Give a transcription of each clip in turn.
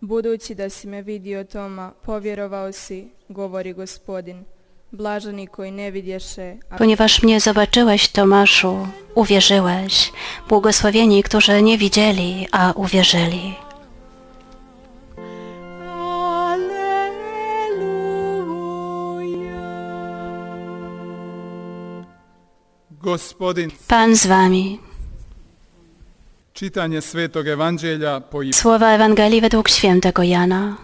Budući da si me vidio, Toma, povjerovao si, govori Gospodin. Blaženi koji ne vidješe, Ponieważ mnie zobaczyłeś, Tomaszu, uwierzyłeś. Błogosławieni, którzy nie widzieli, a uwierzyli. Gospodin, Pan z wami. čitanje Svetog Evanđelja po Słowa Ewangelii według świętego Jana.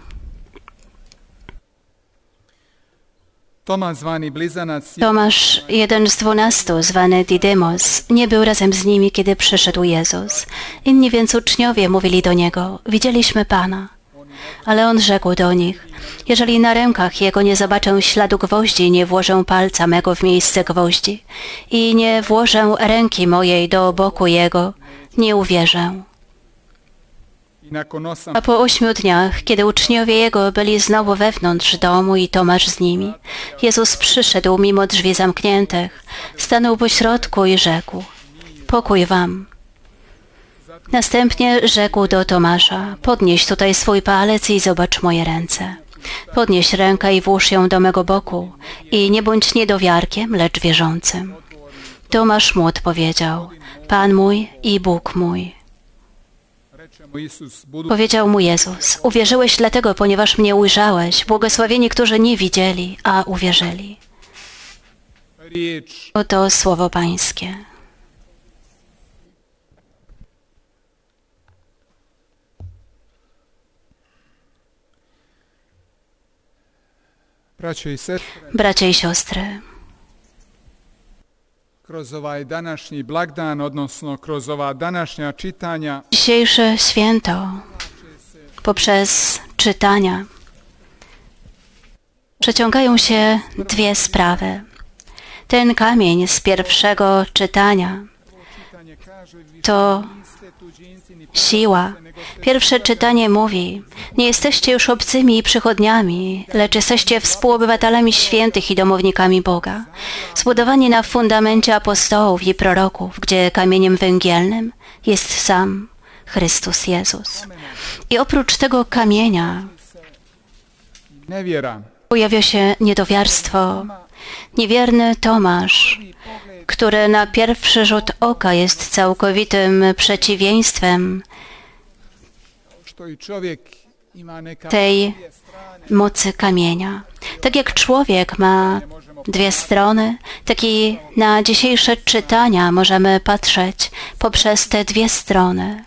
Toma zwani Blizanac Tomasz, jeden z 12, zwany Didymos, nie był razem z nimi, kiedy przyszedł Jezus. Inni więc uczniowie mówili do Niego, widzieliśmy Pana. Ale On rzekł do nich, jeżeli na rękach Jego nie zobaczę śladu gwoździ, nie włożę palca mego w miejsce gwoździ i nie włożę ręki mojej do boku Jego, nie uwierzę. i nakon 8 A po 8 dniach, kiedy uczniowie Jego byli znowu wewnątrz domu i Tomasz z nimi, Jezus przyszedł mimo drzwi zamkniętych, stanął pośrodku i rzekł, pokój wam. Następnie rzekł do Tomasza, podnieś tutaj swój palec i zobacz moje ręce. Podnieś rękę i włóż ją do mego boku i nie bądź niedowiarkiem, lecz wierzącym. Tomasz mu odpowiedział, Pan mój i Bóg mój. reče mu Isus, budu Powiedział mu Jezus, uwierzyłeś dlatego, ponieważ mnie ujrzałeś, błogosławieni, którzy nie widzieli, a uwierzyli. riječ Oto słowo Pańskie. braćo i sestre, Bracia i siostry, kroz ovaj današnji blagdan, odnosno kroz ova današnja čitanja, dzisiejsze święto poprzez czytania przeciągają się dwie sprawy. Ten kamień z pierwszego czytania čitanje kaže, vi to niste tuđinci ni siła. Pierwsze czytanie mówi, nie jesteście już obcymi i przychodniami, lecz jesteście współobywatelami świętych i domownikami Boga, zbudowani na fundamencie apostołów i proroków, gdzie kamieniem węgielnym jest sam Chrystus Jezus. I oprócz tego kamienia nevjera. pojawia się niedowiarstwo. Niewierny Tomasz, który na pierwszy rzut oka jest całkowitym przeciwieństwem Što i čovjek ima neka tej dvije strane, mocy kamienia. Tak jak człowiek ma dwie strony, tak i na dzisiejsze czytania możemy patrzeć poprzez te dwie strony.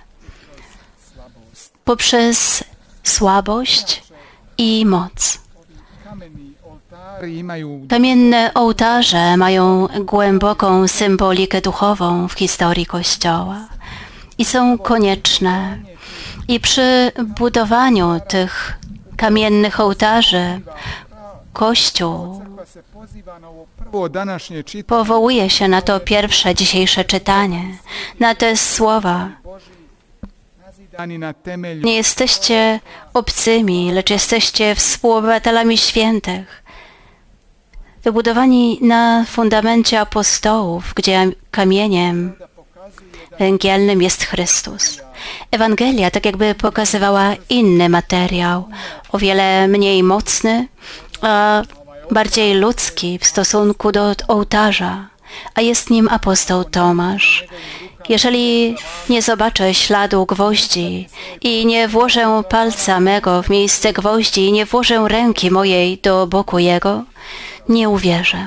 Poprzez słabość i moc. kameni oltari imaju Kamienne ołtarze mają głęboką symbolikę duchową w historii Kościoła i są konieczne. I przy budowaniu tych kamiennych ołtarzy Kościół pa se poziva na ovo prvo današnje čitanje powołuje się na to pierwsze dzisiejsze czytanie, na te słowa. nazidani na temelju Nie jesteście obcymi, lecz jesteście współobywatelami świętych, wybudowani na fundamencie apostołów, gdzie kamieniem węgielnym jest Chrystus. Ewangelia tak jakby pokazywała inny materiał, o wiele mniej mocny, a bardziej ludzki w stosunku do ołtarza, a jest nim apostoł Tomasz. Jeżeli nie zobaczę śladu gwoździ i nie włożę palca mego w miejsce gwoździ i nie włożę ręki mojej do boku jego, nie uwierzę.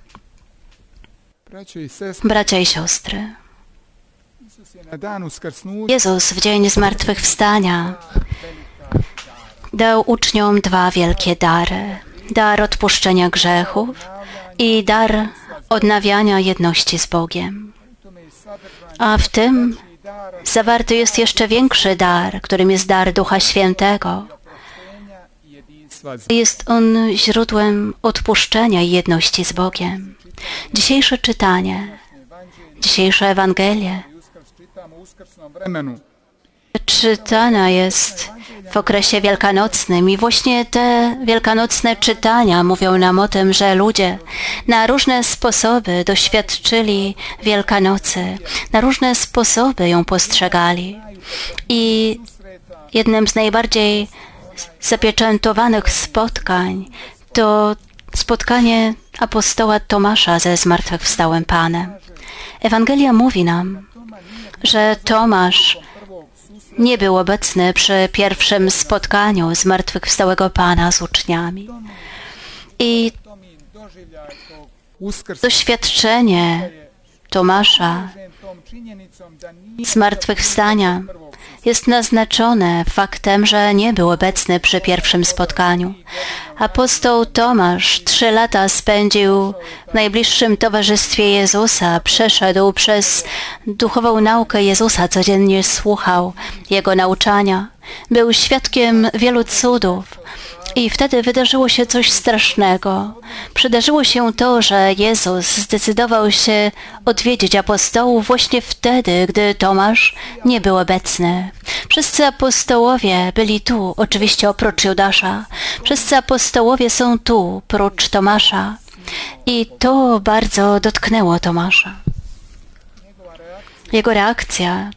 braćo i sestre. Bracia i siostry, Isus je na dan uskrsnuća Jezus w dzień zmartwychwstania dał uczniom dwa wielkie dary. Dar odpuszczenia grzechów i dar odnawiania jedności z Bogiem. A w tym zawarty jest jeszcze większy dar, którym jest dar Ducha Świętego. i jedinstva z Jest on źródłem odpuszczenia i jedności z Bogiem. Dzisiejsze czytanie, dzisiejsza Ewangelia i uskrs čitamo u uskrsnom vremenu. czytana jest w okresie wielkanocnym i właśnie te wielkanocne czytania mówią nam o tym, że ludzie na różne sposoby doświadczyli Wielkanocy, na różne sposoby ją postrzegali i jednym z najbardziej zapieczętowanych spotkań to spotkanie apostoła Tomasza ze zmartwychwstałym Panem. Ewangelia mówi nam, że Tomasz nie był obecny przy pierwszym spotkaniu zmartwychwstałego Pana z uczniami. I doświadczenie Tomasza zmartwychwstania jest naznaczone faktem, że nie był obecny przy pierwszym spotkaniu. Apostoł Tomasz 3 lata spędził w najbliższym towarzystwie Jezusa, przeszedł przez duchową naukę Jezusa, codziennie słuchał Jego nauczania, był świadkiem wielu cudów. I wtedy wydarzyło się coś strasznego. Przydarzyło się to, że Jezus zdecydował się odwiedzić apostołów właśnie wtedy, gdy Tomasz nie był obecny. Wszyscy apostołowie byli tu, oczywiście oprócz Judasza. Wszyscy apostołowie są tu, prócz Tomasza. I to bardzo dotknęło Tomasza. Jego reakcja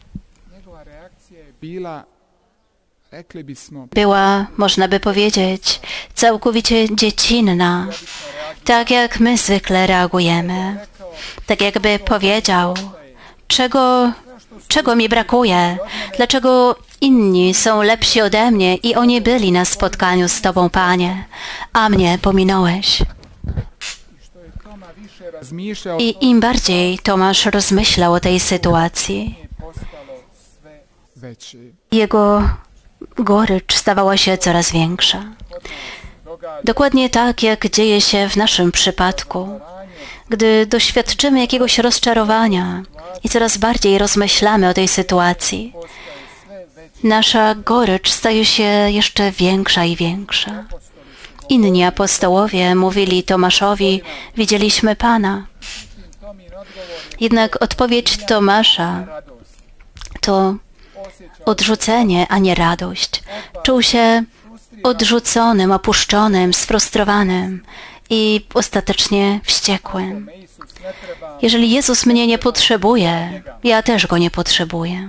była, można by powiedzieć, całkowicie dziecinna, tak jak my zwykle reagujemy. Tak jakby powiedział, czego mi brakuje, dlaczego inni są lepsi ode mnie i oni byli na spotkaniu z Tobą, Panie, a mnie pominąłeś. I im bardziej Tomasz rozmyślał o tej sytuacji, jego gorycz stawała się coraz większa. Dokładnie tak, jak dzieje się w naszym przypadku. Gdy doświadczymy jakiegoś rozczarowania i coraz bardziej rozmyślamy o tej sytuacji, nasza gorycz staje się jeszcze większa i większa. Inni apostołowie mówili Tomaszowi, widzieliśmy Pana. Jednak odpowiedź Tomasza to odrzucenie, a nie radość. Czuł się odrzuconym, opuszczonym, sfrustrowanym i ostatecznie wściekłym. Jeżeli Jezus mnie nie potrzebuje, ja też Go nie potrzebuję.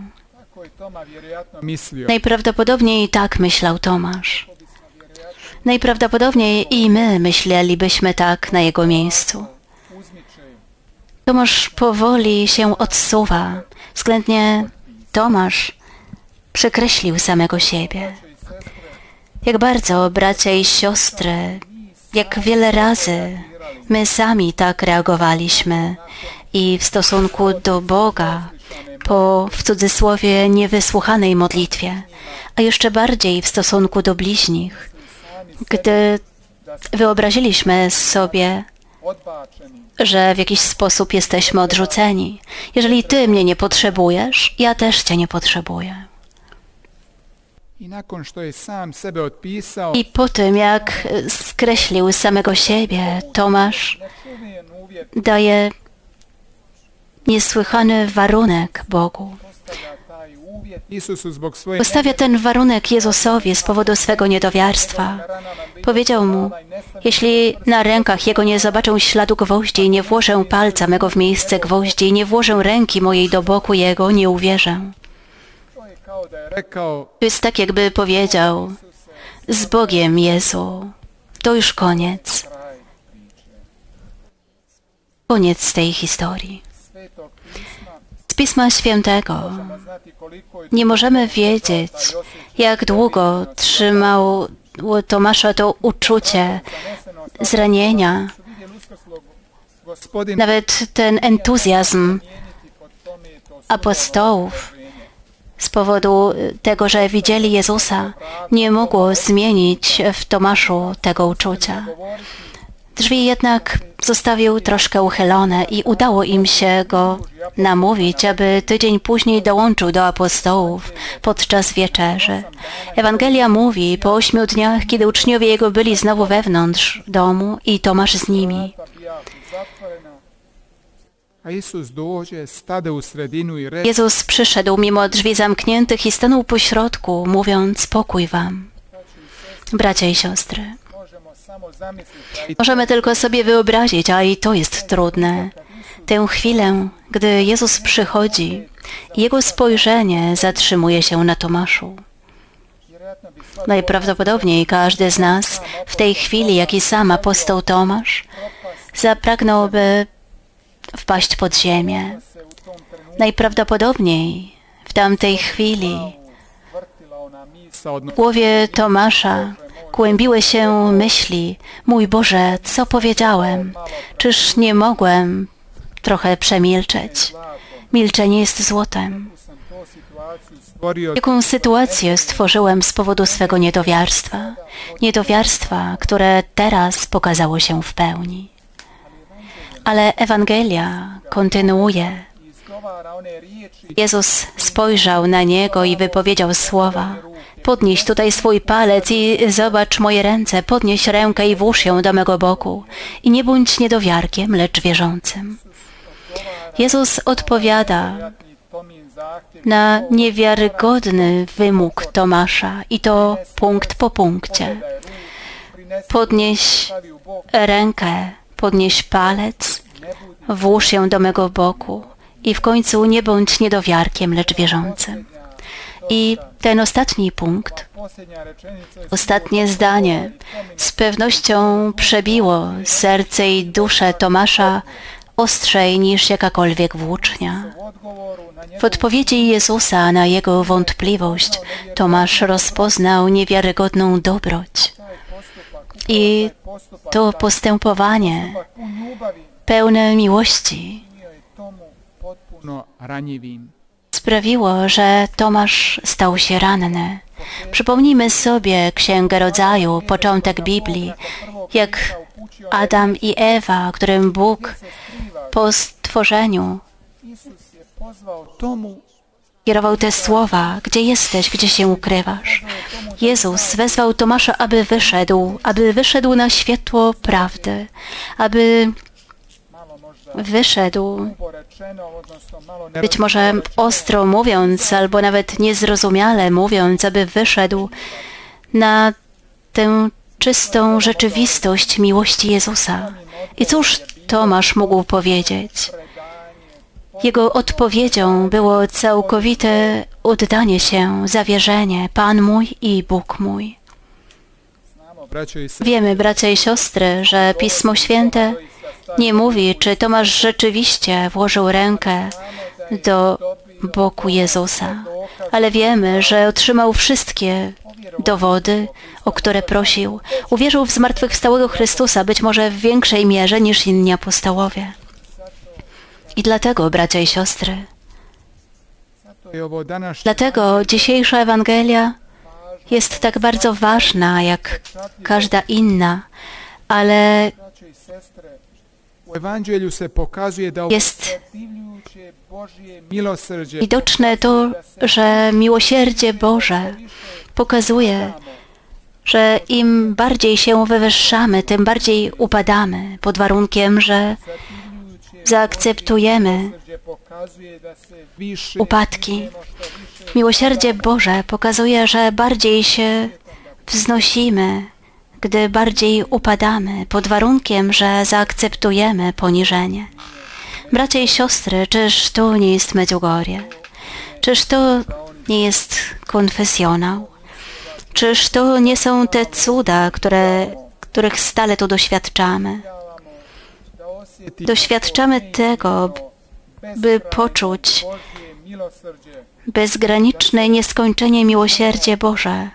Najprawdopodobniej tak myślał Tomasz. Najprawdopodobniej i my myślelibyśmy tak na Jego miejscu. Tomasz powoli się odsuwa. Względnie Tomasz przekreślił samego siebie. Jak bardzo, bracia i siostry, jak wiele razy my sami tak reagowaliśmy i w stosunku do Boga po, w cudzysłowie, niewysłuchanej modlitwie, a jeszcze bardziej w stosunku do bliźnich, gdy wyobraziliśmy sobie, że w jakiś sposób jesteśmy odrzuceni. Jeżeli Ty mnie nie potrzebujesz, ja też Cię nie potrzebuję. I po tym, jak skreślił samego siebie, Tomasz daje niesłychany warunek Bogu. Postawia ten warunek Jezusowi z powodu swego niedowiarstwa. Powiedział mu, jeśli na rękach Jego nie zobaczę śladu gwoździ i nie włożę palca mego w miejsce gwoździ i nie włożę ręki mojej do boku Jego, nie uwierzę. To jest tak, jakby powiedział, z Bogiem, Jezu, to już koniec. Koniec tej historii. Z Pisma Świętego nie możemy wiedzieć, jak długo trzymało Tomasza to uczucie zranienia, nawet ten entuzjazm apostołów z powodu tego, że widzieli Jezusa, nie mogło zmienić w Tomaszu tego uczucia. Drzwi jednak zostawił troszkę uchylone i udało im się go namówić, aby tydzień później dołączył do apostołów podczas wieczerzy. Ewangelia mówi, po 8 dniach, kiedy uczniowie Jego byli znowu wewnątrz domu i Tomasz z nimi. Jezus przyszedł mimo drzwi zamkniętych i stanął pośrodku, mówiąc, pokój wam. Bracia i siostry, możemy tylko sobie wyobrazić, a i to jest trudne, tę chwilę, gdy Jezus przychodzi i Jego spojrzenie zatrzymuje się na Tomaszu. Najprawdopodobniej każdy z nas w tej chwili, jak i sam apostoł Tomasz, zapragnąłby wpaść pod ziemię. Najprawdopodobniej w tamtej chwili w głowie Tomasza kłębiły się myśli: mój Boże, co powiedziałem? Czyż nie mogłem trochę przemilczeć? Milczenie jest złotem. Jaką sytuację stworzyłem z powodu swego niedowiarstwa? Niedowiarstwa, które teraz pokazało się w pełni. Ale Ewangelia kontynuuje. Jezus spojrzał na niego i wypowiedział słowa: podnieś tutaj swój palec i zobacz moje ręce, podnieś rękę i włóż ją do mego boku. I nie bądź niedowiarkiem, lecz wierzącym. Jezus odpowiada na niewiarygodny wymóg Tomasza i to punkt po punkcie. Podnieś rękę, podnieś palec, włóż ją do mego boku i w końcu nie bądź niedowiarkiem, lecz wierzącym. I ten ostatni punkt, ostatnie zdanie z pewnością przebiło serce i duszę Tomasza ostrzej niż jakakolwiek włócznia. W odpowiedzi Jezusa na jego wątpliwość Tomasz rozpoznał niewiarygodną dobroć. I to postępowanie pełne miłości sprawiło, że Tomasz stał się ranny. Przypomnijmy sobie Księgę Rodzaju, początek Biblii, jak Adam i Ewa, którym Bóg po stworzeniu kierował te słowa: gdzie jesteś, gdzie się ukrywasz? Jezus wezwał Tomasza, aby wyszedł na światło prawdy, aby wyszedł, być może ostro mówiąc, albo nawet niezrozumiale mówiąc, aby wyszedł na tę czystą rzeczywistość miłości Jezusa. I cóż Tomasz mógł powiedzieć? Jego odpowiedzią było całkowite oddanie się, zawierzenie: Pan mój i Bóg mój. Wiemy, bracia i siostry, że Pismo Święte nie mówi, czy Tomasz rzeczywiście włożył rękę do boku Jezusa, ale wiemy, że otrzymał wszystkie dowody, o które prosił. Uwierzył w zmartwychwstałego Chrystusa, być może w większej mierze niż inni apostołowie. I dlatego, bracia i siostry, dlatego dzisiejsza Ewangelia jest tak bardzo ważna, jak każda inna, ale jest widoczne to, że miłosierdzie Boże pokazuje, że im bardziej się wywyższamy, tym bardziej upadamy, pod warunkiem, że zaakceptujemy upadki. Miłosierdzie Boże pokazuje, że bardziej się wznosimy, gdy bardziej upadamy, pod warunkiem, że zaakceptujemy poniżenie. Bracia i siostry, czyż to nie jest Medjugorje? Czyż to nie jest konfesjonał? Czyż to nie są te cuda, których stale tu doświadczamy? Doświadczamy tego, by poczuć bezgraniczne i nieskończenie miłosierdzie Boże,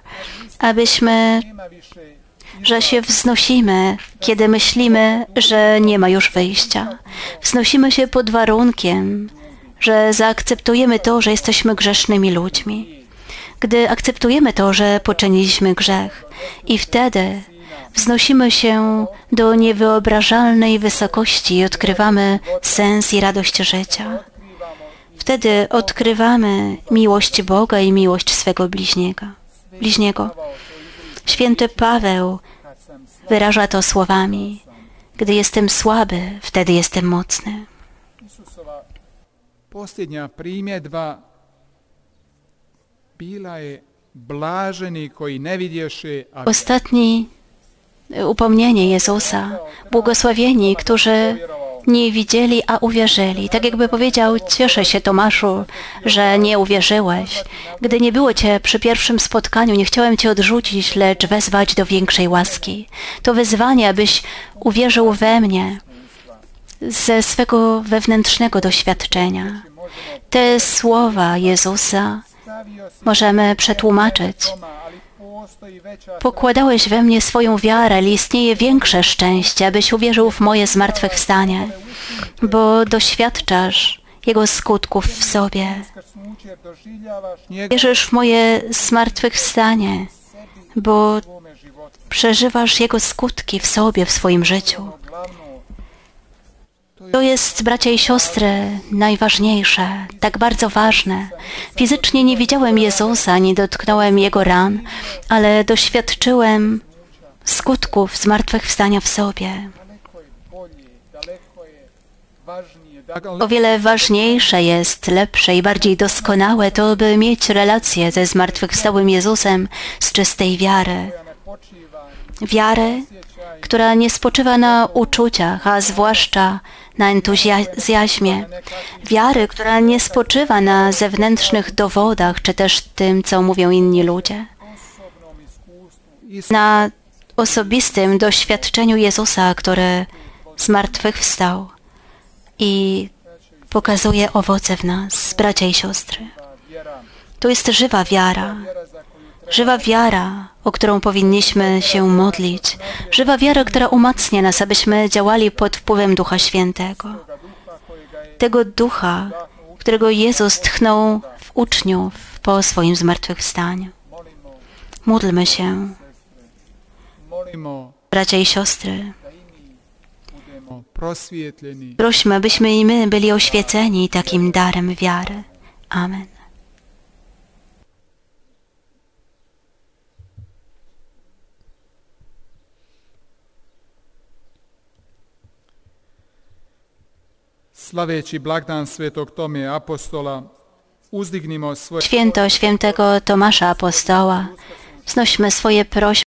że się wznosimy, kiedy myślimy, że nie ma już wyjścia. Wznosimy się pod warunkiem, że zaakceptujemy to, że jesteśmy grzesznymi ludźmi. Gdy akceptujemy to, że poczyniliśmy grzech, i wtedy wznosimy się do niewyobrażalnej wysokości i odkrywamy sens i radość życia. Wtedy odkrywamy miłość Boga i miłość swego bliźniego. Święty Paweł wyraża to słowami: gdy jestem słaby, wtedy jestem mocny. Posljednja primjedba bila je blaženi koji ne vidješe, a Ostatni upomnienie Jezusa: błogosławieni, którzy nie widzieli, a uwierzyli. Tak jakby powiedział, cieszę się, Tomaszu, że nie uwierzyłeś. Gdy nie było Cię przy pierwszym spotkaniu, nie chciałem Cię odrzucić, lecz wezwać do większej łaski. To wyzwanie, abyś uwierzył we mnie ze swego wewnętrznego doświadczenia. Te słowa Jezusa możemy przetłumaczyć. Pokładałeś we mnie swoją wiarę, ale istnieje większe szczęście, abyś uwierzył w moje zmartwychwstanie, bo doświadczasz Jego skutków w sobie. Wierzysz w moje zmartwychwstanie, bo przeżywasz Jego skutki w sobie, w swoim życiu. To jest, bracia i siostry, najważniejsze, tak bardzo ważne. Fizycznie nie widziałem Jezusa, nie dotknąłem Jego ran, ale doświadczyłem skutków zmartwychwstania w sobie. O wiele ważniejsze jest, lepsze i bardziej doskonałe to, by mieć relację ze zmartwychwstałym Jezusem z czystej wiary. Wiary, która nie spoczywa na uczuciach, a zwłaszcza na entuzjazmie. Wiary, która nie spoczywa na zewnętrznych dowodach, czy też tym, co mówią inni ludzie. Na osobistym doświadczeniu Jezusa, który zmartwychwstał i pokazuje owoce w nas, bracia i siostry. To jest żywa wiara. Żywa wiara, o którą powinniśmy się modlić. Żywa wiara, która umacnia nas, abyśmy działali pod wpływem Ducha Świętego. Tego Ducha, którego Jezus tchnął w uczniów po swoim zmartwychwstaniu. Módlmy się, bracia i siostry. Prośmy, abyśmy i my byli oświeceni takim darem wiary. Amen. Slaveći blagdan Svetog Tome Apostola, uzdignimo svoje... Święto świętego Tomasza Apostoła, wznośmy swoje prośby